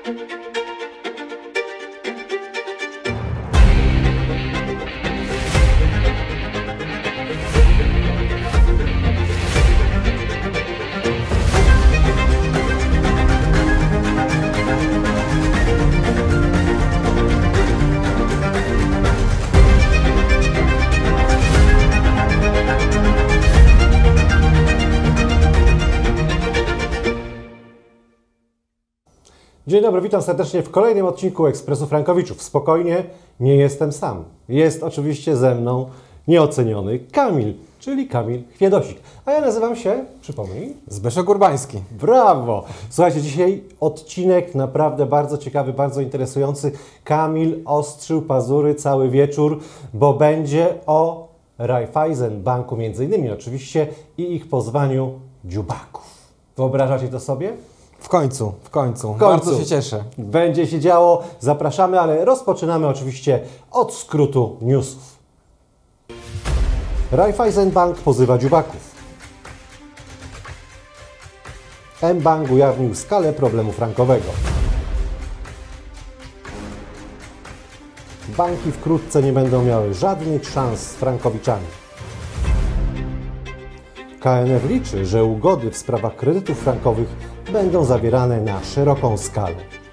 Dzień dobry, witam serdecznie w kolejnym odcinku Ekspresu Frankowiczów. Spokojnie, nie jestem sam. Jest oczywiście ze mną nieoceniony Kamil, czyli Kamil Chwiedosik. A ja nazywam się, przypomnij, Zbyszek Urbański. Brawo! Słuchajcie, dzisiaj odcinek naprawdę bardzo ciekawy, bardzo interesujący. Kamil ostrzył pazury cały wieczór, bo będzie o Raiffeisen Banku między innymi oczywiście i ich pozwaniu dziubaków. Wyobrażacie to sobie? W końcu. Bardzo się cieszę. Będzie się działo, zapraszamy, ale rozpoczynamy oczywiście od skrótu newsów. Raiffeisen Bank pozywa dziubaków. mBank ujawnił skalę problemu frankowego. Banki wkrótce nie będą miały żadnych szans z frankowiczami. KNF liczy, że ugody w sprawach kredytów frankowych będą zawierane na szeroką skalę.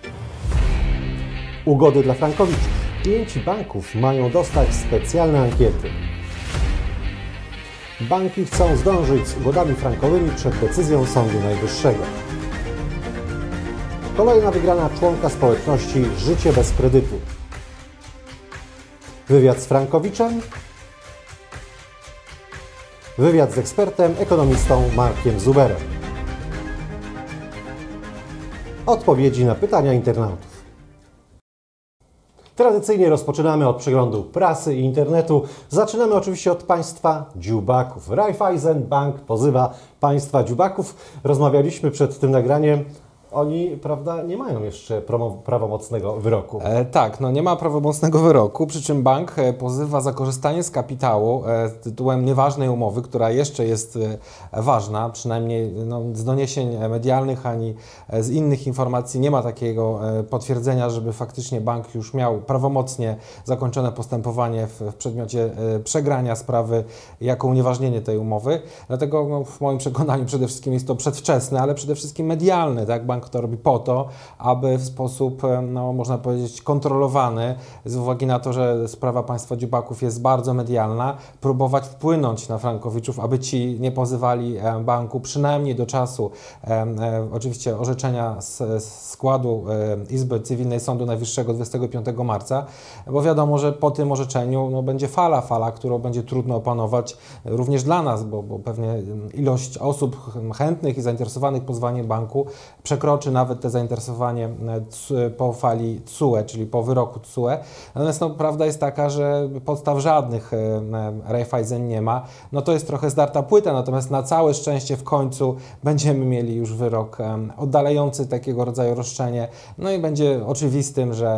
Ugody dla frankowiczów. Klienci banków mają dostać specjalne ankiety. Banki chcą zdążyć z ugodami frankowymi przed decyzją Sądu Najwyższego. Kolejna wygrana członka społeczności Życie bez kredytu. Wywiad z frankowiczem. Wywiad z ekspertem, ekonomistą Markiem Zuberem. Odpowiedzi na pytania internautów. Tradycyjnie rozpoczynamy od przeglądu prasy i internetu. Zaczynamy oczywiście od państwa dziubaków. Raiffeisen Bank pozywa państwa dziubaków. Rozmawialiśmy przed tym nagraniem. Oni, prawda, nie mają jeszcze prawomocnego wyroku. Tak, nie ma prawomocnego wyroku, przy czym bank pozywa za korzystanie z kapitału tytułem nieważnej umowy, która jeszcze jest ważna, przynajmniej z doniesień medialnych ani z innych informacji nie ma takiego potwierdzenia, żeby faktycznie bank już miał prawomocnie zakończone postępowanie w przedmiocie przegrania sprawy jako unieważnienie tej umowy. Dlatego w moim przekonaniu przede wszystkim jest to przedwczesne, ale przede wszystkim medialne, tak? Bank to robi po to, aby w sposób, można powiedzieć, kontrolowany, z uwagi na to, że sprawa państwa dziubaków jest bardzo medialna, próbować wpłynąć na frankowiczów, aby ci nie pozywali banku przynajmniej do czasu oczywiście orzeczenia z składu Izby Cywilnej Sądu Najwyższego 25 marca, bo wiadomo, że po tym orzeczeniu będzie fala, którą będzie trudno opanować również dla nas, bo pewnie ilość osób chętnych i zainteresowanych pozwaniem banku przekroczy nawet te zainteresowanie po fali TSUE, czyli po wyroku TSUE. Natomiast prawda jest taka, że podstaw żadnych Raiffeisen nie ma. To jest trochę zdarta płyta, natomiast na całe szczęście w końcu będziemy mieli już wyrok oddalający takiego rodzaju roszczenie. I będzie oczywistym, że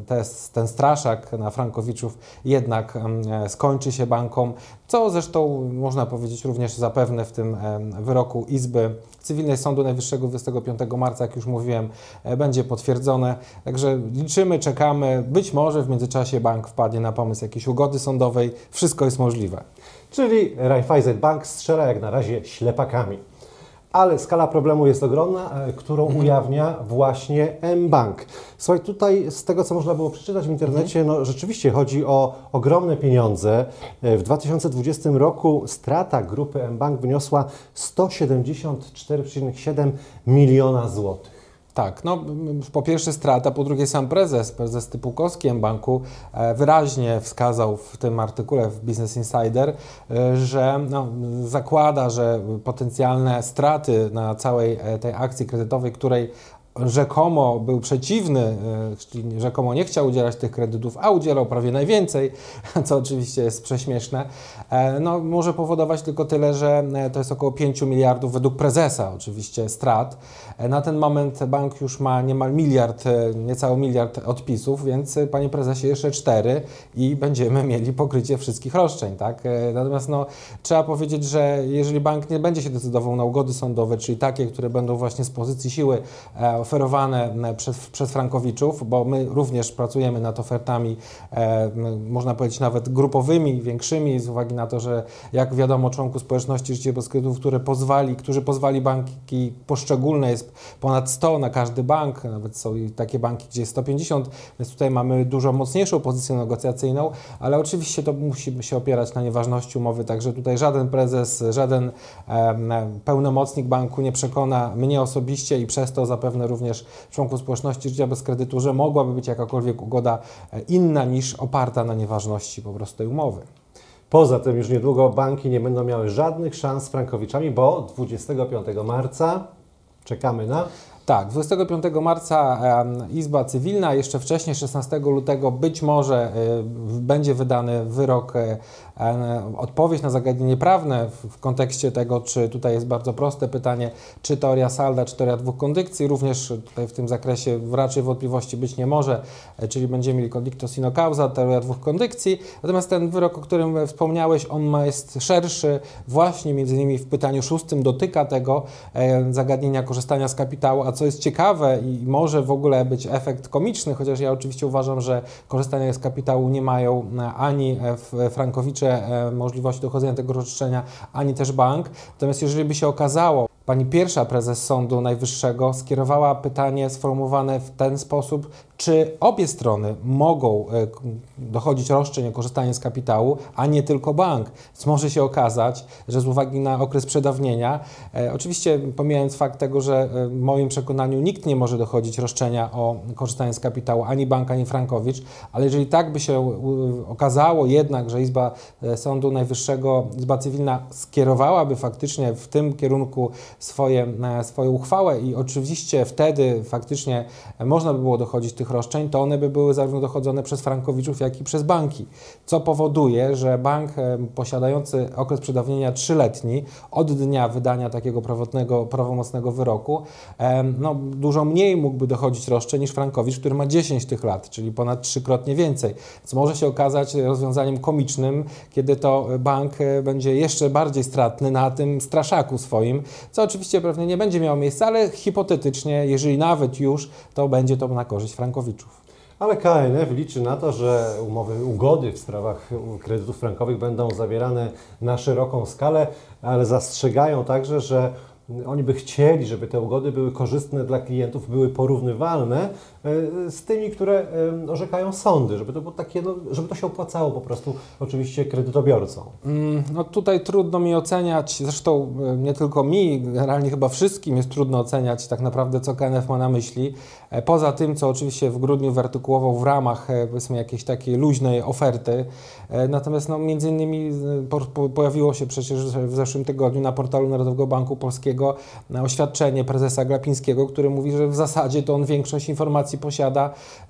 ten straszak na frankowiczów jednak skończy się bankom, co zresztą można powiedzieć również zapewne w tym wyroku Izby Cywilnej Sądu Najwyższego 25 marca, jak już mówiłem, będzie potwierdzone. Także liczymy, czekamy. Być może w międzyczasie bank wpadnie na pomysł jakiejś ugody sądowej. Wszystko jest możliwe. Czyli Raiffeisen Bank strzela jak na razie ślepakami. Ale skala problemu jest ogromna, którą ujawnia właśnie mBank. Słuchaj, tutaj z tego, co można było przeczytać w internecie, rzeczywiście chodzi o ogromne pieniądze. W 2020 roku strata grupy mBank wyniosła 174,7 miliona złotych. Tak, po pierwsze strata, po drugie sam prezes Typułkowski mBanku wyraźnie wskazał w tym artykule w Business Insider, że zakłada, że potencjalne straty na całej tej akcji kredytowej, której rzekomo był przeciwny, czyli rzekomo nie chciał udzielać tych kredytów, a udzielał prawie najwięcej, co oczywiście jest prześmieszne, może powodować tylko tyle, że to jest około 5 miliardów według prezesa oczywiście strat. Na ten moment bank już ma niemal niecały miliard odpisów, więc panie prezesie jeszcze 4 i będziemy mieli pokrycie wszystkich roszczeń, tak? Natomiast trzeba powiedzieć, że jeżeli bank nie będzie się decydował na ugody sądowe, czyli takie, które będą właśnie z pozycji siły oferowane przez frankowiczów, bo my również pracujemy nad ofertami, można powiedzieć nawet grupowymi, większymi, z uwagi na to, że jak wiadomo członków społeczności życia bez kredytów, którzy pozwali banki poszczególne, jest ponad 100 na każdy bank, nawet są i takie banki, gdzie jest 150, więc tutaj mamy dużo mocniejszą pozycję negocjacyjną, ale oczywiście to musi się opierać na nieważności umowy, także tutaj żaden prezes, żaden pełnomocnik banku nie przekona mnie osobiście i przez to zapewne również członków społeczności życia bez kredytu, że mogłaby być jakakolwiek ugoda inna niż oparta na nieważności po prostu tej umowy. Poza tym już niedługo banki nie będą miały żadnych szans z frankowiczami, bo 25 marca czekamy na... Tak, 25 marca Izba Cywilna, jeszcze wcześniej, 16 lutego, być może będzie wydany wyrok, odpowiedź na zagadnienie prawne w kontekście tego, czy tutaj jest bardzo proste pytanie, czy teoria salda, czy teoria dwóch kondycji, również tutaj w tym zakresie raczej wątpliwości być nie może, czyli będziemy mieli condictio sine causa, teoria dwóch kondycji, natomiast ten wyrok, o którym wspomniałeś, on jest szerszy, właśnie między innymi w pytaniu 6 dotyka tego zagadnienia korzystania z kapitału, a co jest ciekawe i może w ogóle być efekt komiczny, chociaż ja oczywiście uważam, że korzystanie z kapitału nie mają ani frankowicze możliwości dochodzenia tego roszczenia, ani też bank. Natomiast jeżeli by się okazało, pani pierwsza prezes Sądu Najwyższego skierowała pytanie sformułowane w ten sposób, czy obie strony mogą dochodzić roszczeń o korzystanie z kapitału, a nie tylko bank. Więc może się okazać, że z uwagi na okres przedawnienia, oczywiście pomijając fakt tego, że w moim przekonaniu nikt nie może dochodzić roszczenia o korzystanie z kapitału, ani bank, ani frankowicz, ale jeżeli tak by się okazało jednak, że Izba Sądu Najwyższego, Izba Cywilna skierowałaby faktycznie w tym kierunku swoją uchwałę i oczywiście wtedy faktycznie można by było dochodzić tych roszczeń, to one by były zarówno dochodzone przez frankowiczów, jak i przez banki, co powoduje, że bank posiadający okres przedawnienia 3-letni od dnia wydania takiego prawomocnego wyroku, no, dużo mniej mógłby dochodzić roszczeń niż frankowicz, który ma 10 tych lat, czyli ponad 3-krotnie więcej. Więc może się okazać rozwiązaniem komicznym, kiedy to bank będzie jeszcze bardziej stratny na tym straszaku swoim, co oczywiście pewnie nie będzie miało miejsca, ale hipotetycznie, jeżeli nawet już, to będzie to na korzyść frankowiczów. Ale KNF liczy na to, że ugody w sprawach kredytów frankowych będą zawierane na szeroką skalę, ale zastrzegają także, że oni by chcieli, żeby te ugody były korzystne dla klientów, były porównywalne z tymi, które orzekają sądy, żeby to było takie, no, żeby to się opłacało po prostu oczywiście kredytobiorcom. No tutaj trudno mi oceniać, zresztą nie tylko mi, generalnie chyba wszystkim jest trudno oceniać tak naprawdę, co KNF ma na myśli. Poza tym, co oczywiście w grudniu wyartykułował w ramach powiedzmy jakiejś takiej luźnej oferty. Natomiast no, między innymi pojawiło się przecież w zeszłym tygodniu na portalu Narodowego Banku Polskiego oświadczenie prezesa Glapińskiego, który mówi, że w zasadzie to on większość informacji posiada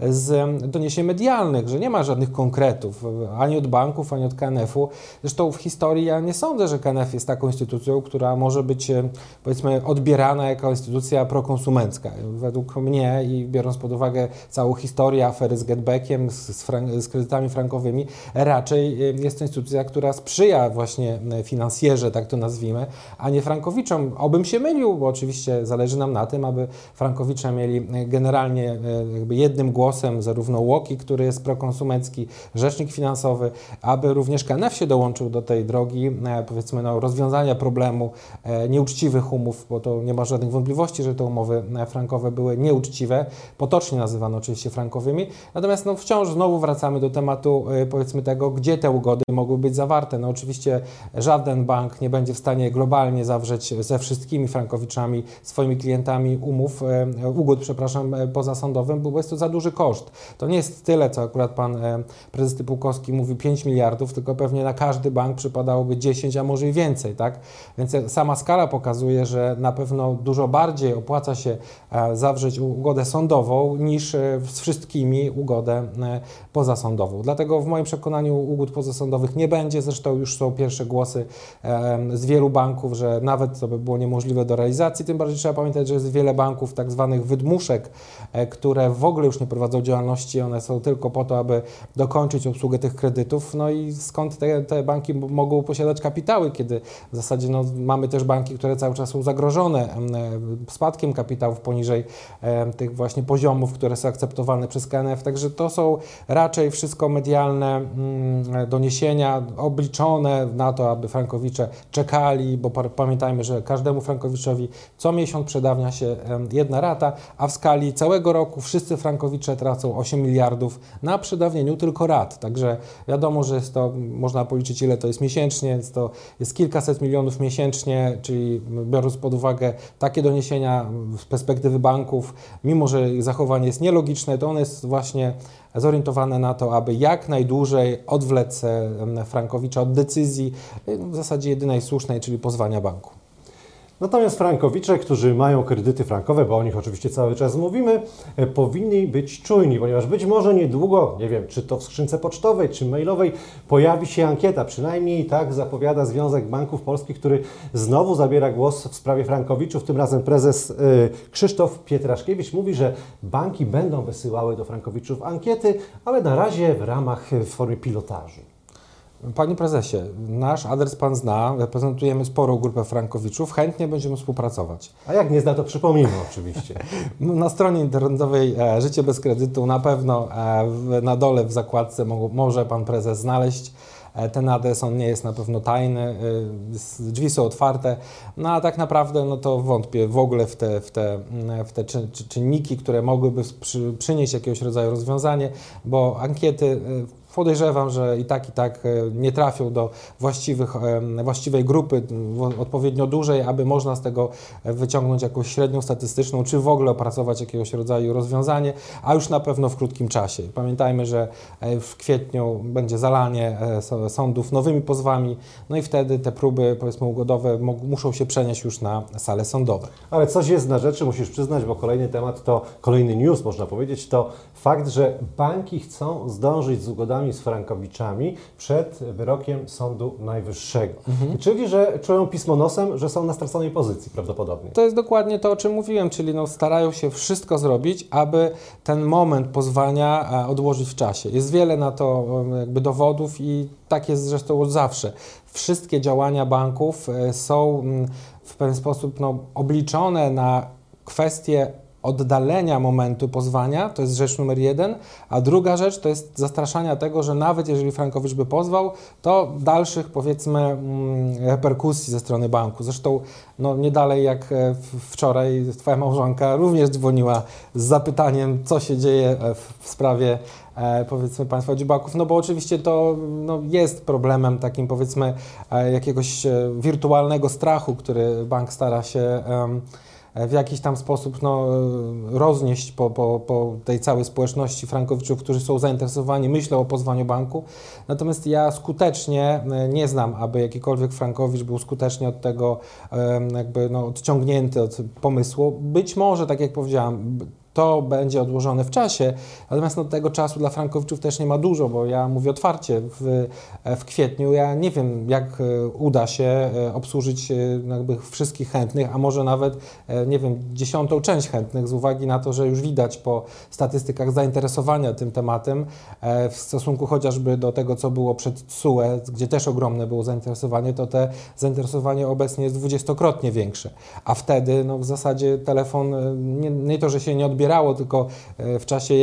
z doniesień medialnych, że nie ma żadnych konkretów ani od banków, ani od KNF-u. Zresztą w historii ja nie sądzę, że KNF jest taką instytucją, która może być powiedzmy odbierana jako instytucja prokonsumencka. Według mnie i biorąc pod uwagę całą historię afery z getbackiem, z kredytami frankowymi, raczej jest to instytucja, która sprzyja właśnie finansjerze, tak to nazwijmy, a nie frankowiczom. Obym się mylił, bo oczywiście zależy nam na tym, aby frankowicze mieli generalnie jakby jednym głosem zarówno UOKiK, który jest prokonsumencki, rzecznik finansowy, aby również KNF się dołączył do tej drogi, powiedzmy, no, rozwiązania problemu nieuczciwych umów, bo to nie ma żadnych wątpliwości, że te umowy frankowe były nieuczciwe, potocznie nazywane oczywiście frankowymi, natomiast no, wciąż znowu wracamy do tematu, powiedzmy, tego, gdzie te ugody mogły być zawarte. No oczywiście żaden bank nie będzie w stanie globalnie zawrzeć ze wszystkimi frankowiczami, swoimi klientami ugód, pozasądowym, bo jest to za duży koszt. To nie jest tyle, co akurat pan prezes Typułkowski mówił, 5 miliardów, tylko pewnie na każdy bank przypadałoby 10, a może i więcej, tak? Więc sama skala pokazuje, że na pewno dużo bardziej opłaca się zawrzeć ugodę sądową niż z wszystkimi ugodę pozasądową. Dlatego w moim przekonaniu ugód pozasądowych nie będzie. Zresztą już są pierwsze głosy z wielu banków, że nawet to by było możliwe do realizacji, tym bardziej trzeba pamiętać, że jest wiele banków tak zwanych wydmuszek, które w ogóle już nie prowadzą działalności, one są tylko po to, aby dokończyć obsługę tych kredytów, no i skąd te banki mogą posiadać kapitały, kiedy w zasadzie mamy też banki, które cały czas są zagrożone spadkiem kapitałów poniżej tych właśnie poziomów, które są akceptowane przez KNF, także to są raczej wszystko medialne doniesienia obliczone na to, aby frankowicze czekali, bo pamiętajmy, że każdemu frankowiczowi co miesiąc przedawnia się jedna rata, a w skali całego roku wszyscy frankowicze tracą 8 miliardów na przedawnieniu tylko rat. Także wiadomo, że jest to, można policzyć ile to jest miesięcznie, jest kilkaset milionów miesięcznie, czyli biorąc pod uwagę takie doniesienia z perspektywy banków, mimo że ich zachowanie jest nielogiczne, to one jest właśnie zorientowane na to, aby jak najdłużej odwlec frankowicza od decyzji w zasadzie jedynej słusznej, czyli pozwania banku. Natomiast frankowicze, którzy mają kredyty frankowe, bo o nich oczywiście cały czas mówimy, powinni być czujni, ponieważ być może niedługo, nie wiem, czy to w skrzynce pocztowej, czy mailowej, pojawi się ankieta. Przynajmniej tak zapowiada Związek Banków Polskich, który znowu zabiera głos w sprawie frankowiczów. Tym razem prezes Krzysztof Pietraszkiewicz mówi, że banki będą wysyłały do frankowiczów ankiety, ale na razie w formie pilotażu. Panie prezesie, nasz adres pan zna, reprezentujemy sporą grupę frankowiczów, chętnie będziemy współpracować. A jak nie zna, to przypomnijmy oczywiście. Na stronie internetowej Życie bez kredytu na pewno na dole w zakładce może pan prezes znaleźć ten adres, on nie jest na pewno tajny, drzwi są otwarte, no a tak naprawdę no to wątpię w ogóle w te czynniki, które mogłyby przynieść jakiegoś rodzaju rozwiązanie, bo ankiety podejrzewam, że i tak nie trafią do właściwej grupy, odpowiednio dużej, aby można z tego wyciągnąć jakąś średnią statystyczną, czy w ogóle opracować jakiegoś rodzaju rozwiązanie, a już na pewno w krótkim czasie. Pamiętajmy, że w kwietniu będzie zalanie sądów nowymi pozwami, no i wtedy te próby, powiedzmy, ugodowe muszą się przenieść już na sale sądowe. Ale coś jest na rzeczy, musisz przyznać, bo kolejny temat to, kolejny news można powiedzieć, to fakt, że banki chcą zdążyć z ugodami z frankowiczami przed wyrokiem Sądu Najwyższego. Czyli, że czują pismo nosem, że są na straconej pozycji prawdopodobnie. To jest dokładnie to, o czym mówiłem, czyli starają się wszystko zrobić, aby ten moment pozwania odłożyć w czasie. Jest wiele na to jakby dowodów i tak jest zresztą od zawsze. Wszystkie działania banków są w pewien sposób obliczone na kwestie oddalenia momentu pozwania, to jest rzecz numer jeden, a druga rzecz to jest zastraszania tego, że nawet jeżeli frankowicz by pozwał, to dalszych, powiedzmy, reperkusji ze strony banku. Zresztą nie dalej jak wczoraj twoja małżonka również dzwoniła z zapytaniem, co się dzieje w sprawie powiedzmy państwa dziubaków, bo oczywiście to jest problemem takim, powiedzmy, jakiegoś wirtualnego strachu, który bank stara się w jakiś tam sposób roznieść po tej całej społeczności frankowiczów, którzy są zainteresowani, myślą o pozwaniu banku. Natomiast ja skutecznie nie znam, aby jakikolwiek frankowicz był skutecznie od tego odciągnięty od pomysłu. Być może, tak jak powiedziałam, to będzie odłożone w czasie, natomiast tego czasu dla frankowiczów też nie ma dużo, bo ja mówię otwarcie, w kwietniu ja nie wiem, jak uda się obsłużyć wszystkich chętnych, a może nawet, nie wiem, 10. część chętnych, z uwagi na to, że już widać po statystykach zainteresowania tym tematem w stosunku chociażby do tego, co było przed TSUE, gdzie też ogromne było zainteresowanie, to te zainteresowanie obecnie jest 20-krotnie większe, a wtedy w zasadzie telefon nie to, że się nie odbierało, tylko w czasie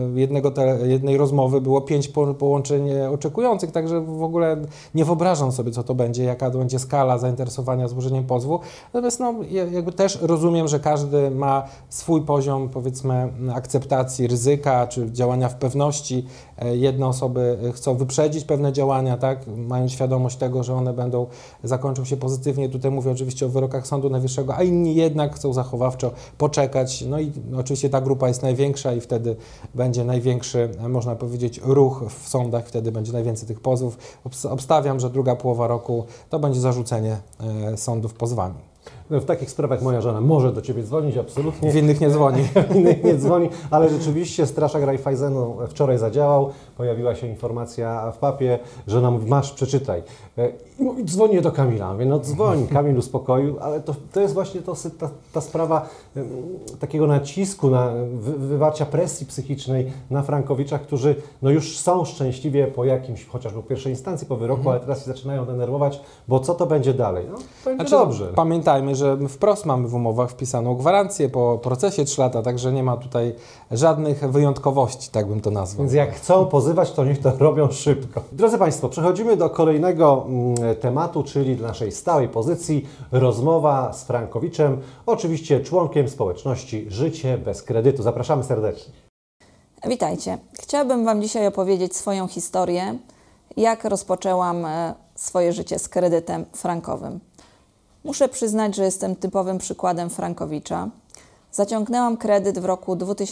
jednej rozmowy było 5 połączeń oczekujących, także w ogóle nie wyobrażam sobie, co to będzie, jaka to będzie skala zainteresowania złożeniem pozwu. Natomiast jakby też rozumiem, że każdy ma swój poziom, powiedzmy, akceptacji ryzyka, czy działania w pewności. Jedne osoby chcą wyprzedzić pewne działania, tak, mając świadomość tego, że one zakończą się pozytywnie. Tutaj mówię oczywiście o wyrokach Sądu Najwyższego, a inni jednak chcą zachowawczo poczekać. No i oczywiście ta grupa jest największa i wtedy będzie największy, można powiedzieć, ruch w sądach, wtedy będzie najwięcej tych pozwów. Obstawiam, że druga połowa roku to będzie zarzucenie sądów pozwami. w takich sprawach moja żona może do Ciebie dzwonić, absolutnie. W innych nie dzwoni. W innych nie dzwoni, ale rzeczywiście straszak Raiffeisenu wczoraj zadziałał. Pojawiła się informacja w papie, żona mówi, masz, przeczytaj. I dzwonię do Kamila. Mówię, no dzwoń, Kamil uspokoił, ale to jest właśnie ta sprawa takiego nacisku, wywarcia presji psychicznej na frankowiczach, którzy no już są szczęśliwie po jakimś, chociażby po pierwszej instancji, po wyroku, ale teraz się zaczynają denerwować, bo co to będzie dalej? No, będzie dobrze. Pamiętajmy, że wprost mamy w umowach wpisaną gwarancję po procesie 3 lata, także nie ma tutaj żadnych wyjątkowości, tak bym to nazwał. Więc jak chcą pozywać, to niech to robią szybko. Drodzy Państwo, przechodzimy do kolejnego tematu, czyli naszej stałej pozycji, rozmowa z frankowiczem, oczywiście członkiem społeczności Życie bez kredytu. Zapraszamy serdecznie. Witajcie. Chciałabym Wam dzisiaj opowiedzieć swoją historię, jak rozpoczęłam swoje życie z kredytem frankowym. Muszę przyznać, że jestem typowym przykładem frankowicza. Zaciągnęłam kredyt w roku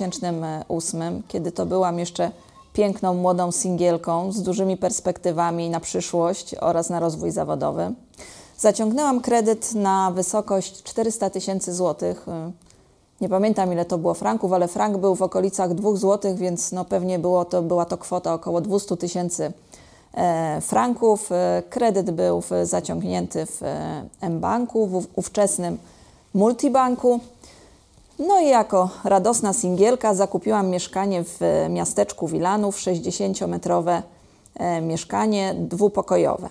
2008, kiedy to byłam jeszcze piękną, młodą singielką z dużymi perspektywami na przyszłość oraz na rozwój zawodowy. Zaciągnęłam kredyt na wysokość 400 000 złotych. Nie pamiętam, ile to było franków, ale frank był w okolicach 2 zł, więc no pewnie była to kwota około 200 000 franków. Kredyt był zaciągnięty w mBanku, w ówczesnym multibanku. No i jako radosna singielka zakupiłam mieszkanie w miasteczku Wilanów, 60-metrowe mieszkanie dwupokojowe.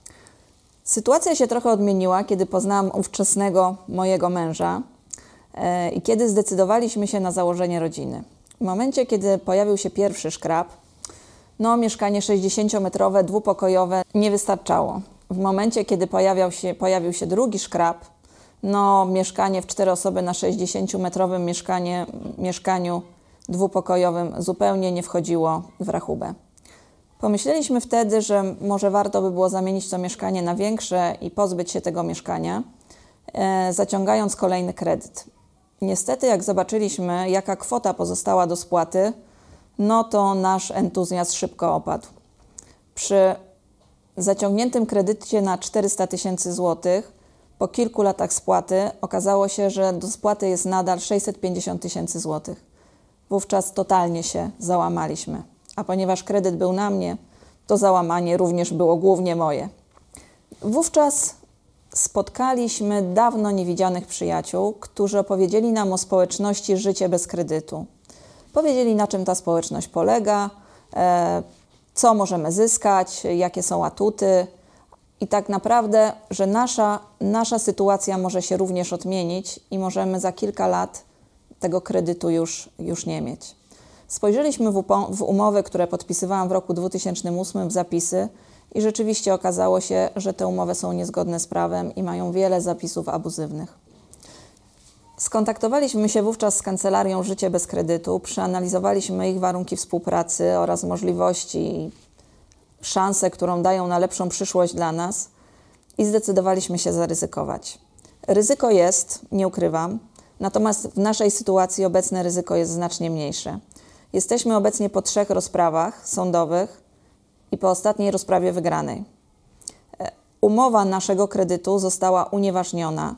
Sytuacja się trochę odmieniła, kiedy poznałam ówczesnego mojego męża i kiedy zdecydowaliśmy się na założenie rodziny. W momencie, kiedy pojawił się pierwszy szkrab, no mieszkanie 60-metrowe, dwupokojowe nie wystarczało. W momencie, kiedy pojawił się drugi szkrab, no mieszkanie w 4 osoby na 60-metrowym mieszkaniu dwupokojowym zupełnie nie wchodziło w rachubę. Pomyśleliśmy wtedy, że może warto by było zamienić to mieszkanie na większe i pozbyć się tego mieszkania, zaciągając kolejny kredyt. Niestety, jak zobaczyliśmy, jaka kwota pozostała do spłaty, no to nasz entuzjazm szybko opadł. Przy zaciągniętym kredycie na 400 000 złotych po kilku latach spłaty okazało się, że do spłaty jest nadal 650 000 złotych. Wówczas totalnie się załamaliśmy. A ponieważ kredyt był na mnie, to załamanie również było głównie moje. Wówczas spotkaliśmy dawno niewidzianych przyjaciół, którzy opowiedzieli nam o społeczności Życie bez kredytu. Powiedzieli, na czym ta społeczność polega, co możemy zyskać, jakie są atuty i tak naprawdę, że nasza sytuacja może się również odmienić i możemy za kilka lat tego kredytu już nie mieć. Spojrzeliśmy w umowy, które podpisywałam w roku 2008, w zapisy i rzeczywiście okazało się, że te umowy są niezgodne z prawem i mają wiele zapisów abuzywnych. Skontaktowaliśmy się wówczas z kancelarią Życie bez kredytu, przeanalizowaliśmy ich warunki współpracy oraz możliwości i szansę, którą dają na lepszą przyszłość dla nas i zdecydowaliśmy się zaryzykować. Ryzyko jest, nie ukrywam, natomiast w naszej sytuacji obecne ryzyko jest znacznie mniejsze. Jesteśmy obecnie po 3 rozprawach sądowych i po ostatniej rozprawie wygranej. Umowa naszego kredytu została unieważniona.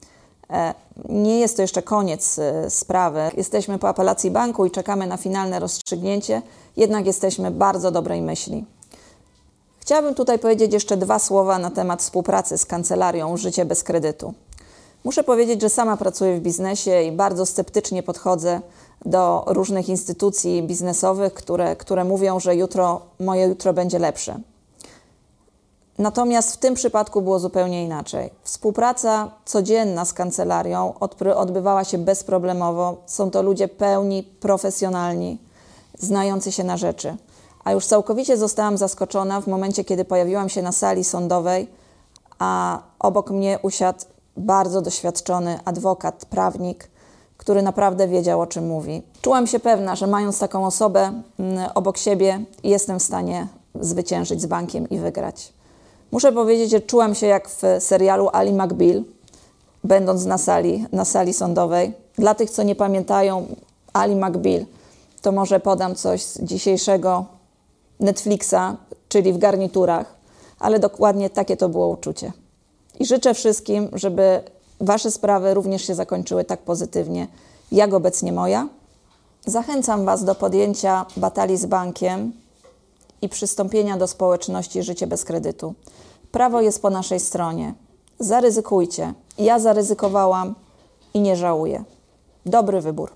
Nie jest to jeszcze koniec sprawy. Jesteśmy po apelacji banku i czekamy na finalne rozstrzygnięcie, jednak jesteśmy bardzo dobrej myśli. Chciałabym tutaj powiedzieć jeszcze 2 słowa na temat współpracy z kancelarią Życie bez kredytu. Muszę powiedzieć, że sama pracuję w biznesie i bardzo sceptycznie podchodzę do różnych instytucji biznesowych, które mówią, że moje jutro będzie lepsze. Natomiast w tym przypadku było zupełnie inaczej. Współpraca codzienna z kancelarią odbywała się bezproblemowo. Są to ludzie pełni, profesjonalni, znający się na rzeczy. A już całkowicie zostałam zaskoczona w momencie, kiedy pojawiłam się na sali sądowej, a obok mnie usiadł bardzo doświadczony adwokat, prawnik, który naprawdę wiedział, o czym mówi. Czułam się pewna, że mając taką osobę obok siebie, jestem w stanie zwyciężyć z bankiem i wygrać. Muszę powiedzieć, że czułam się jak w serialu Ally McBeal, będąc na sali sądowej. Dla tych, co nie pamiętają Ally McBeal, to może podam coś z dzisiejszego Netflixa, czyli w garniturach, ale dokładnie takie to było uczucie. I życzę wszystkim, żeby Wasze sprawy również się zakończyły tak pozytywnie, jak obecnie moja? Zachęcam Was do podjęcia batalii z bankiem i przystąpienia do społeczności Życie bez kredytu. Prawo jest po naszej stronie. Zaryzykujcie. Ja zaryzykowałam i nie żałuję. Dobry wybór.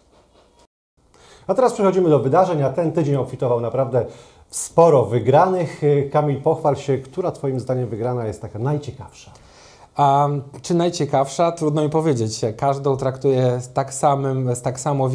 A teraz przechodzimy do wydarzeń, a ten tydzień obfitował naprawdę sporo wygranych. Kamil, pochwal się, która Twoim zdaniem wygrana jest taka najciekawsza? A czy najciekawsza? Trudno mi powiedzieć. Każdą traktuję z tak samo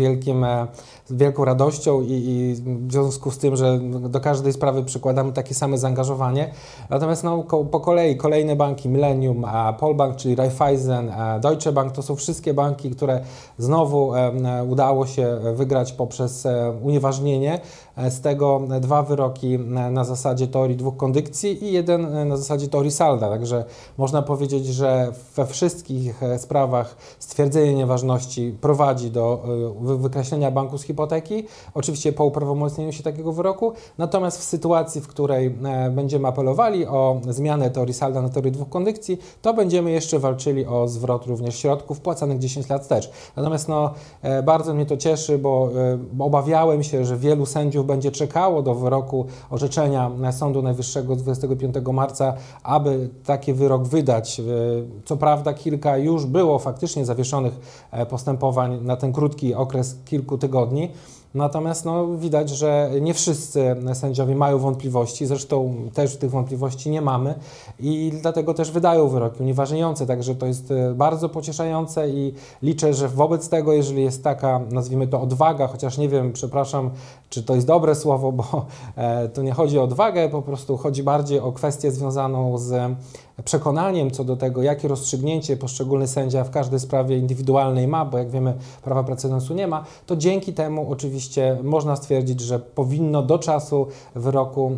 wielką radością i w związku z tym, że do każdej sprawy przykładamy takie same zaangażowanie. Natomiast po kolei kolejne banki, Millennium, Polbank, czyli Raiffeisen, Deutsche Bank, to są wszystkie banki, które znowu udało się wygrać poprzez unieważnienie. Z tego 2 wyroki na zasadzie teorii 2 kondycji i 1 na zasadzie teorii salda. Także można powiedzieć, że we wszystkich sprawach stwierdzenie nieważności prowadzi do wykreślenia banku z hipoteki, oczywiście po uprawomocnieniu się takiego wyroku, natomiast w sytuacji, w której będziemy apelowali o zmianę teorii salda na teorię 2 kondycji, to będziemy jeszcze walczyli o zwrot również środków płacanych 10 lat wstecz. Natomiast bardzo mnie to cieszy, bo obawiałem się, że wielu sędziów będzie czekało do wyroku orzeczenia Sądu Najwyższego 25 marca, aby taki wyrok wydać. Co prawda kilka już było faktycznie zawieszonych postępowań na ten krótki okres kilku tygodni, natomiast widać, że nie wszyscy sędziowie mają wątpliwości, zresztą też tych wątpliwości nie mamy i dlatego też wydają wyroki unieważniające, także to jest bardzo pocieszające i liczę, że wobec tego, jeżeli jest taka, nazwijmy to, odwaga, chociaż nie wiem, przepraszam, czy to jest dobre słowo, bo to nie chodzi o odwagę, po prostu chodzi bardziej o kwestię związaną z przekonaniem co do tego, jakie rozstrzygnięcie poszczególny sędzia w każdej sprawie indywidualnej ma, bo jak wiemy, prawa precedensu nie ma, to dzięki temu oczywiście można stwierdzić, że powinno do czasu wyroku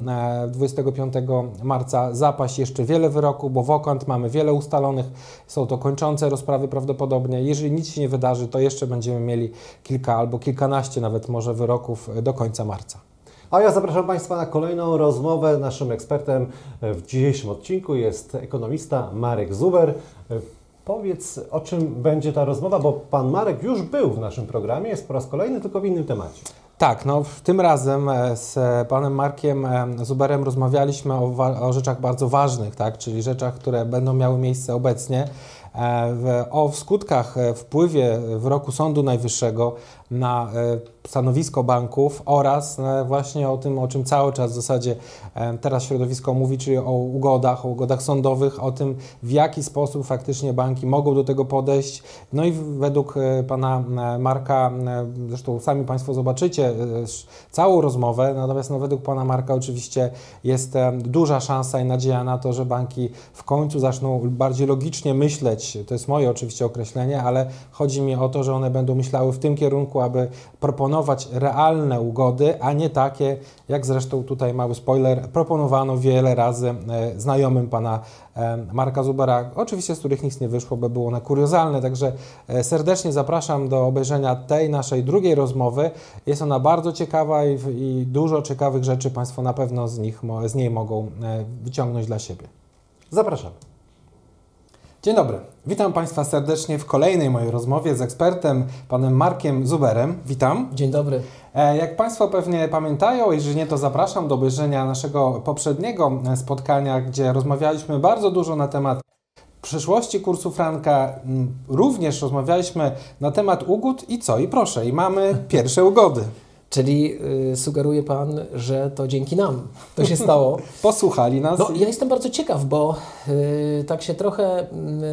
25 marca zapaść jeszcze wiele wyroków, bo wokąd mamy wiele ustalonych, są to kończące rozprawy prawdopodobnie. Jeżeli nic się nie wydarzy, to jeszcze będziemy mieli kilka albo kilkanaście nawet może wyroków do końca marca. A ja zapraszam Państwa na kolejną rozmowę. Naszym ekspertem w dzisiejszym odcinku jest ekonomista Marek Zuber. Powiedz, o czym będzie ta rozmowa, bo Pan Marek już był w naszym programie, jest po raz kolejny, tylko w innym temacie. Tak, tym razem z Panem Markiem Zuberem rozmawialiśmy o rzeczach bardzo ważnych, tak, czyli rzeczach, które będą miały miejsce obecnie, o skutkach, wpływie wyroku Sądu Najwyższego na stanowisko banków oraz właśnie o tym, o czym cały czas w zasadzie teraz środowisko mówi, czyli o ugodach sądowych, o tym, w jaki sposób faktycznie banki mogą do tego podejść. No i według Pana Marka, zresztą sami Państwo zobaczycie całą rozmowę, natomiast według Pana Marka oczywiście jest duża szansa i nadzieja na to, że banki w końcu zaczną bardziej logicznie myśleć, to jest moje oczywiście określenie, ale chodzi mi o to, że one będą myślały w tym kierunku, aby proponować realne ugody, a nie takie, jak zresztą tutaj mały spoiler, proponowano wiele razy znajomym Pana Marka Zubera, oczywiście z których nic nie wyszło, bo było one kuriozalne, także serdecznie zapraszam do obejrzenia tej naszej drugiej rozmowy. Jest ona bardzo ciekawa i dużo ciekawych rzeczy Państwo na pewno z niej mogą wyciągnąć dla siebie. Zapraszamy. Dzień dobry, witam Państwa serdecznie w kolejnej mojej rozmowie z ekspertem, Panem Markiem Zuberem. Witam. Dzień dobry. Jak Państwo pewnie pamiętają, jeżeli nie, to zapraszam do obejrzenia naszego poprzedniego spotkania, gdzie rozmawialiśmy bardzo dużo na temat przyszłości kursu franka. Również rozmawialiśmy na temat ugód i co? I proszę, i mamy pierwsze ugody. Czyli sugeruje Pan, że to dzięki nam to się stało. Posłuchali nas. No, ja jestem bardzo ciekaw, bo tak się trochę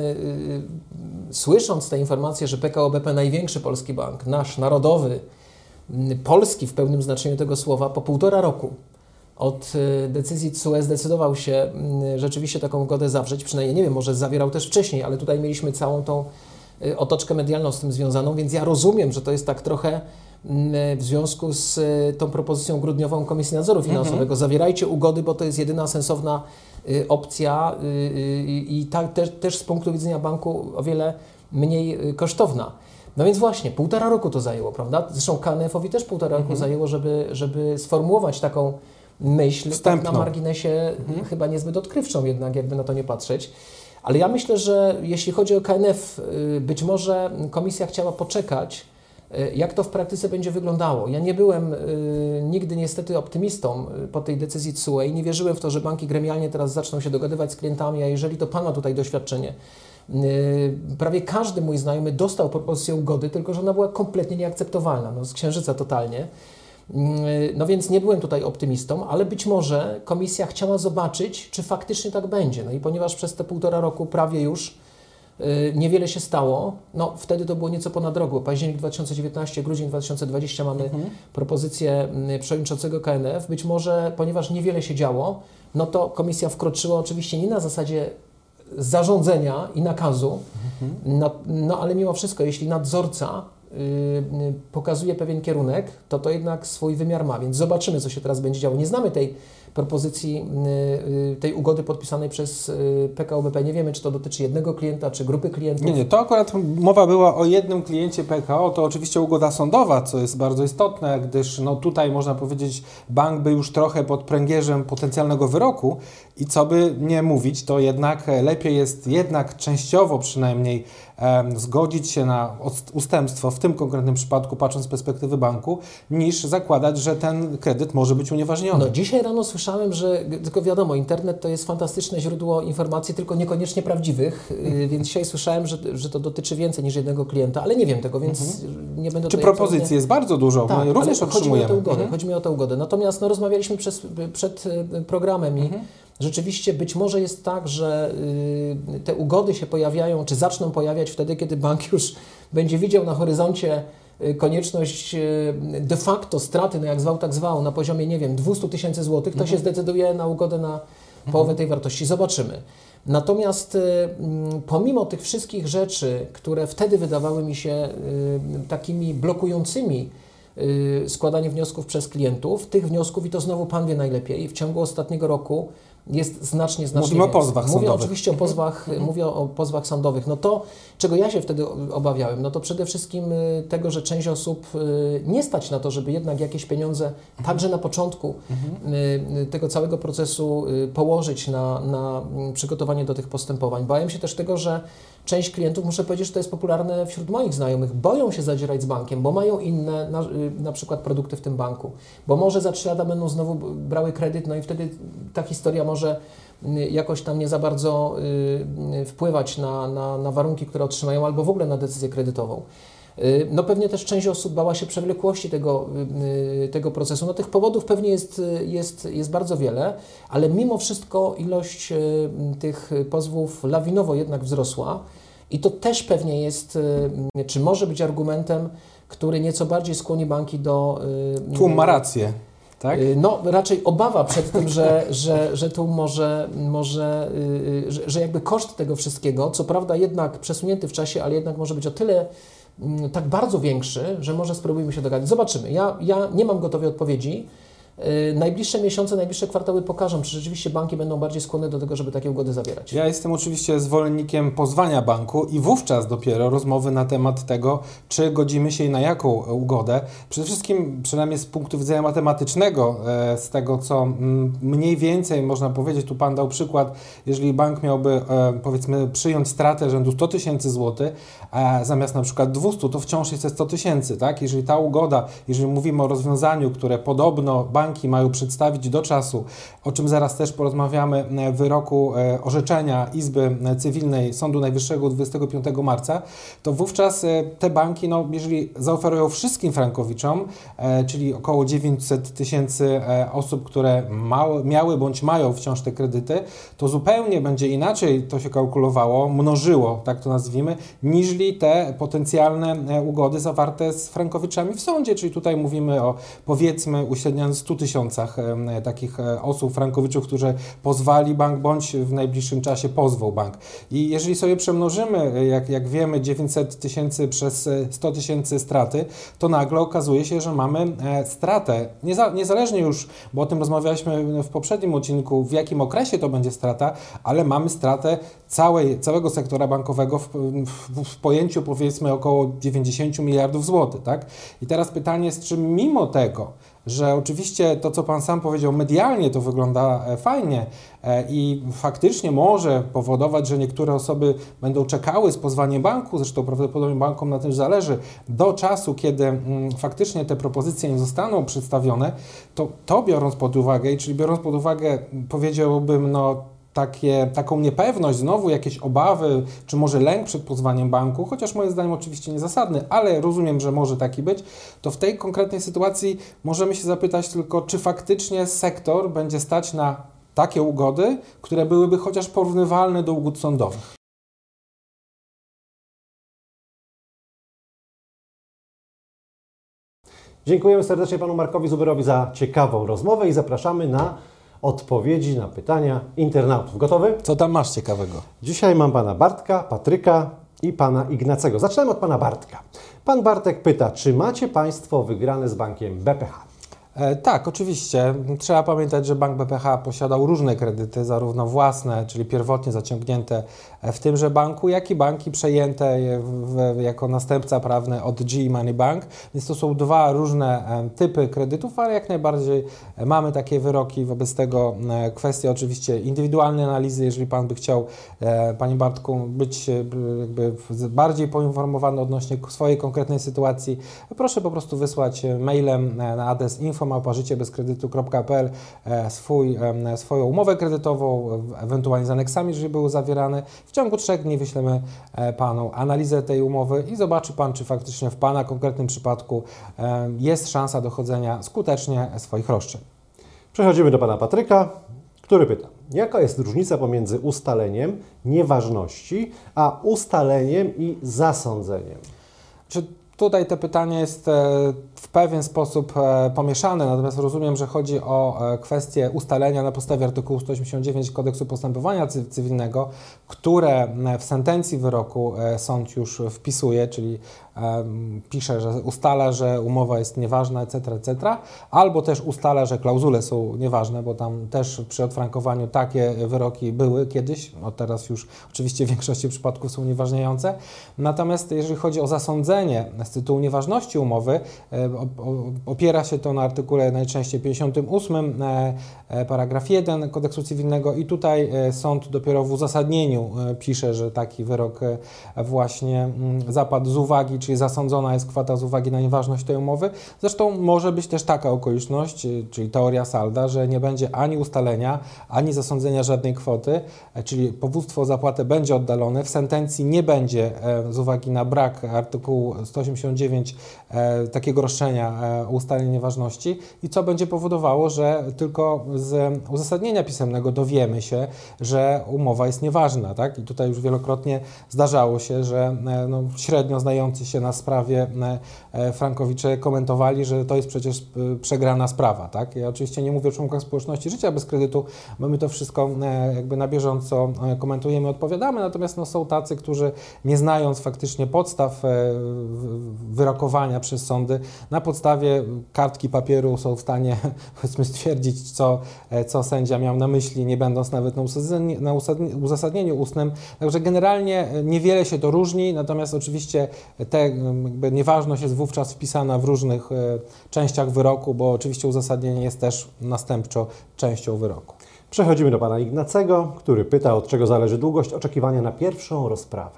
słysząc te informacje, że PKO BP, największy polski bank, nasz narodowy, polski w pełnym znaczeniu tego słowa, po 1,5 roku od decyzji TSUE zdecydował się rzeczywiście taką ugodę zawrzeć, przynajmniej nie wiem, może zawierał też wcześniej, ale tutaj mieliśmy całą tą otoczkę medialną z tym związaną, więc ja rozumiem, że to jest tak trochę w związku z tą propozycją grudniową Komisji Nadzoru Finansowego. Zawierajcie ugody, bo to jest jedyna sensowna opcja i też z punktu widzenia banku o wiele mniej kosztowna. No więc właśnie, 1,5 roku to zajęło, prawda? Zresztą KNF-owi też 1,5 roku zajęło, żeby sformułować taką myśl, tak na marginesie chyba niezbyt odkrywczą jednak, jakby na to nie patrzeć. Ale ja myślę, że jeśli chodzi o KNF, być może komisja chciała poczekać, jak to w praktyce będzie wyglądało. Ja nie byłem nigdy niestety optymistą po tej decyzji TSUE i nie wierzyłem w to, że banki gremialnie teraz zaczną się dogadywać z klientami, a jeżeli to Pan ma tutaj doświadczenie, prawie każdy mój znajomy dostał propozycję ugody, tylko że ona była kompletnie nieakceptowalna, no z księżyca totalnie. No więc nie byłem tutaj optymistą, ale być może komisja chciała zobaczyć, czy faktycznie tak będzie. No i ponieważ przez te 1,5 roku prawie już niewiele się stało, no wtedy to było nieco ponad rok, bo październik 2019, grudzień 2020 mamy propozycję przewodniczącego KNF. Być może, ponieważ niewiele się działo, no to komisja wkroczyła oczywiście nie na zasadzie zarządzenia i nakazu, no ale mimo wszystko, jeśli nadzorca pokazuje pewien kierunek, to jednak swój wymiar ma, więc zobaczymy, co się teraz będzie działo. Nie znamy tej propozycji, tej ugody podpisanej przez PKO BP. Nie wiemy, czy to dotyczy jednego klienta, czy grupy klientów. Nie, to akurat mowa była o jednym kliencie PKO, to oczywiście ugoda sądowa, co jest bardzo istotne, gdyż no tutaj można powiedzieć, bank był już trochę pod pręgierzem potencjalnego wyroku i co by nie mówić, to jednak lepiej jest jednak częściowo przynajmniej zgodzić się na ustępstwo w tym konkretnym przypadku, patrząc z perspektywy banku, niż zakładać, że ten kredyt może być unieważniony. No dzisiaj rano słyszałem, że, tylko wiadomo, internet to jest fantastyczne źródło informacji, tylko niekoniecznie prawdziwych, więc dzisiaj słyszałem, że to dotyczy więcej niż jednego klienta, ale nie wiem tego, więc nie będę Czy tutaj propozycji jest bardzo dużo, tak, my również otrzymujemy. Chodzi mi o tę ugodę. Natomiast no, rozmawialiśmy przed programem i rzeczywiście być może jest tak, że te ugody się pojawiają, czy zaczną pojawiać wtedy, kiedy bank już będzie widział na horyzoncie konieczność de facto straty, no jak zwał, tak zwał, na poziomie, nie wiem, 200 000 złotych, to się zdecyduje na ugodę na połowę tej wartości. Zobaczymy. Natomiast pomimo tych wszystkich rzeczy, które wtedy wydawały mi się takimi blokującymi składanie wniosków przez klientów, tych wniosków, i to znowu Pan wie najlepiej, w ciągu ostatniego roku jest znacznie Mówimy o pozwach Mówię sądowych. oczywiście o pozwach, mówię o pozwach sądowych. No to, czego ja się wtedy obawiałem, no to przede wszystkim tego, że część osób nie stać na to, żeby jednak jakieś pieniądze także na początku tego całego procesu położyć na przygotowanie do tych postępowań. Bałem się też tego, że część klientów, muszę powiedzieć, że to jest popularne wśród moich znajomych, boją się zadzierać z bankiem, bo mają inne na przykład produkty w tym banku, bo może za 3 lata będą znowu brały kredyt, no i wtedy ta historia może jakoś tam nie za bardzo wpływać na warunki, które otrzymają, albo w ogóle na decyzję kredytową. No pewnie też część osób bała się przewlekłości tego procesu. No tych powodów pewnie jest bardzo wiele, ale mimo wszystko ilość tych pozwów lawinowo jednak wzrosła i to też pewnie jest, czy może być argumentem, który nieco bardziej skłoni banki do... Tłum ma rację. Tak? No raczej obawa przed tym, że tu że jakby koszt tego wszystkiego, co prawda jednak przesunięty w czasie, ale jednak może być o tyle tak bardzo większy, że może spróbujmy się dogadać. Zobaczymy. Ja nie mam gotowej odpowiedzi. Najbliższe miesiące, najbliższe kwartały pokażą, czy rzeczywiście banki będą bardziej skłonne do tego, żeby takie ugody zawierać. Ja jestem oczywiście zwolennikiem pozwania banku i wówczas dopiero rozmowy na temat tego, czy godzimy się i na jaką ugodę. Przede wszystkim, przynajmniej z punktu widzenia matematycznego, z tego, co mniej więcej można powiedzieć, tu Pan dał przykład, jeżeli bank miałby, powiedzmy, przyjąć stratę rzędu 100 000 złotych, a zamiast na przykład 200, to wciąż jest 100 000, tak? Jeżeli ta ugoda, jeżeli mówimy o rozwiązaniu, które podobno banki mają przedstawić do czasu, o czym zaraz też porozmawiamy w wyroku orzeczenia Izby Cywilnej Sądu Najwyższego 25 marca, to wówczas te banki, no, jeżeli zaoferują wszystkim frankowiczom, czyli około 900 000 osób, które miały bądź mają wciąż te kredyty, to zupełnie będzie inaczej to się kalkulowało, mnożyło, tak to nazwijmy, niżli te potencjalne ugody zawarte z frankowiczami w sądzie, czyli tutaj mówimy o, powiedzmy, uśredniając 100 000 takich osób, frankowiczów, którzy pozwali bank, bądź w najbliższym czasie pozwał bank. I jeżeli sobie przemnożymy, jak wiemy, 900 000 przez 100 000 straty, to nagle okazuje się, że mamy stratę. Niezależnie już, bo o tym rozmawialiśmy w poprzednim odcinku, w jakim okresie to będzie strata, ale mamy stratę całego sektora bankowego w pojęciu, powiedzmy, około 90 miliardów złotych, tak? I teraz pytanie jest, czy mimo tego, że oczywiście to, co Pan sam powiedział, medialnie to wygląda fajnie i faktycznie może powodować, że niektóre osoby będą czekały z pozwaniem banku, zresztą prawdopodobnie bankom na tym zależy, do czasu, kiedy faktycznie te propozycje im zostaną przedstawione, to biorąc pod uwagę, czyli biorąc pod uwagę, powiedziałbym, taką niepewność, znowu jakieś obawy, czy może lęk przed pozwaniem banku, chociaż moim zdaniem oczywiście niezasadny, ale rozumiem, że może taki być, to w tej konkretnej sytuacji możemy się zapytać tylko, czy faktycznie sektor będzie stać na takie ugody, które byłyby chociaż porównywalne do ugód sądowych. Dziękujemy serdecznie panu Markowi Zuberowi za ciekawą rozmowę i zapraszamy na odpowiedzi na pytania internautów. Gotowy? Co tam masz ciekawego? Dzisiaj mam pana Bartka, Patryka i pana Ignacego. Zaczynamy od pana Bartka. Pan Bartek pyta, czy macie państwo wygrane z bankiem BPH? Tak, oczywiście. Trzeba pamiętać, że Bank BPH posiadał różne kredyty, zarówno własne, czyli pierwotnie zaciągnięte w tymże banku, jak i banki przejęte jako następca prawny od GE Money Bank. Więc to są dwa różne typy kredytów, ale jak najbardziej mamy takie wyroki. Wobec tego kwestia oczywiście indywidualnej analizy. Jeżeli Pan by chciał, Panie Bartku, być jakby bardziej poinformowany odnośnie swojej konkretnej sytuacji, proszę po prostu wysłać mailem na adres info@życiebezkredytu.pl swoją umowę kredytową, ewentualnie z aneksami, jeżeli były zawierane. W ciągu 3 dni wyślemy Panu analizę tej umowy i zobaczy Pan, czy faktycznie w Pana konkretnym przypadku jest szansa dochodzenia skutecznie swoich roszczeń. Przechodzimy do pana Patryka, który pyta, jaka jest różnica pomiędzy ustaleniem nieważności, a ustaleniem i zasądzeniem? Tutaj to pytanie jest w pewien sposób pomieszane, natomiast rozumiem, że chodzi o kwestię ustalenia na podstawie artykułu 189 Kodeksu Postępowania Cywilnego, które w sentencji wyroku sąd już wpisuje, czyli pisze, że ustala, że umowa jest nieważna, etc., albo też ustala, że klauzule są nieważne, bo tam też przy odfrankowaniu takie wyroki były kiedyś, teraz już oczywiście w większości przypadków są unieważniające. Natomiast jeżeli chodzi o zasądzenie z tytułu nieważności umowy, opiera się to na artykule najczęściej 58, paragraf 1 Kodeksu Cywilnego i tutaj sąd dopiero w uzasadnieniu pisze, że taki wyrok właśnie zapadł z uwagi, czyli zasądzona jest kwota z uwagi na nieważność tej umowy. Zresztą może być też taka okoliczność, czyli teoria salda, że nie będzie ani ustalenia, ani zasądzenia żadnej kwoty, czyli powództwo o zapłatę będzie oddalone, w sentencji nie będzie z uwagi na brak artykułu 189 takiego roszczenia o ustalenie nieważności i co będzie powodowało, że tylko z uzasadnienia pisemnego dowiemy się, że umowa jest nieważna, tak? I tutaj już wielokrotnie zdarzało się, że średnio znający się na sprawie frankowicze komentowali, że to jest przecież przegrana sprawa, tak? Ja oczywiście nie mówię o członkach społeczności życia bez kredytu, bo my to wszystko jakby na bieżąco komentujemy, odpowiadamy, natomiast są tacy, którzy nie znając faktycznie podstaw wyrokowania przez sądy, na podstawie kartki papieru są w stanie, powiedzmy, stwierdzić, co sędzia miał na myśli, nie będąc nawet na uzasadnieniu ustnym. Także generalnie niewiele się to różni, natomiast oczywiście jakby nieważność jest wówczas wpisana w różnych częściach wyroku, bo oczywiście uzasadnienie jest też następczo częścią wyroku. Przechodzimy do pana Ignacego, który pyta, od czego zależy długość oczekiwania na pierwszą rozprawę.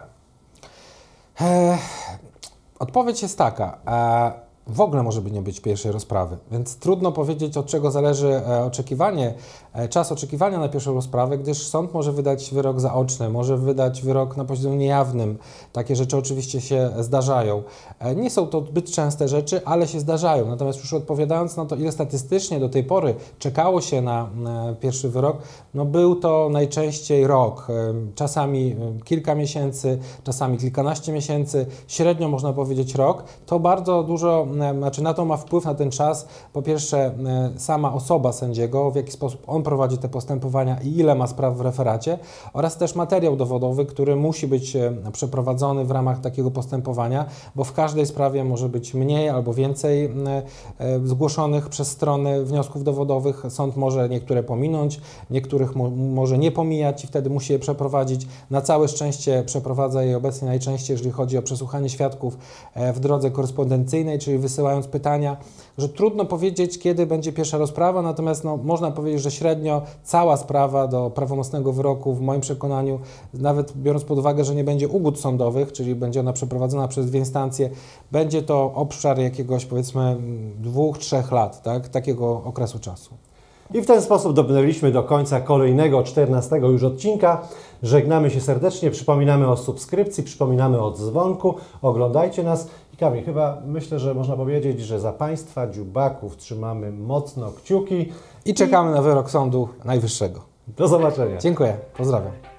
Odpowiedź jest taka. W ogóle może nie być pierwszej rozprawy, więc trudno powiedzieć, od czego zależy czas oczekiwania na pierwszą rozprawę, gdyż sąd może wydać wyrok zaoczny, może wydać wyrok na posiedzeniu niejawnym. Takie rzeczy oczywiście się zdarzają. Nie są to zbyt częste rzeczy, ale się zdarzają. Natomiast już odpowiadając na to, ile statystycznie do tej pory czekało się na pierwszy wyrok, był to najczęściej rok, czasami kilka miesięcy, czasami kilkanaście miesięcy, średnio można powiedzieć rok. To bardzo dużo, na to ma wpływ na ten czas, po pierwsze sama osoba sędziego, w jaki sposób on prowadzi te postępowania i ile ma spraw w referacie, oraz też materiał dowodowy, który musi być przeprowadzony w ramach takiego postępowania, bo w każdej sprawie może być mniej albo więcej zgłoszonych przez strony wniosków dowodowych. Sąd może niektóre pominąć, niektórych może nie pomijać i wtedy musi je przeprowadzić. Na całe szczęście przeprowadza je obecnie najczęściej, jeżeli chodzi o przesłuchanie świadków w drodze korespondencyjnej, czyli wysyłając pytania, że trudno powiedzieć, kiedy będzie pierwsza rozprawa, natomiast można powiedzieć, że średnio cała sprawa do prawomocnego wyroku, w moim przekonaniu, nawet biorąc pod uwagę, że nie będzie ugód sądowych, czyli będzie ona przeprowadzona przez 2 instancje, będzie to obszar jakiegoś, powiedzmy, 2-3 lat, tak? Takiego okresu czasu. I w ten sposób dobrnęliśmy do końca kolejnego, 14 już odcinka. Żegnamy się serdecznie, przypominamy o subskrypcji, przypominamy o dzwonku, oglądajcie nas. I Kamil, chyba myślę, że można powiedzieć, że za Państwa dziubaków trzymamy mocno kciuki. I czekamy na wyrok Sądu Najwyższego. Do zobaczenia. Dziękuję, pozdrawiam.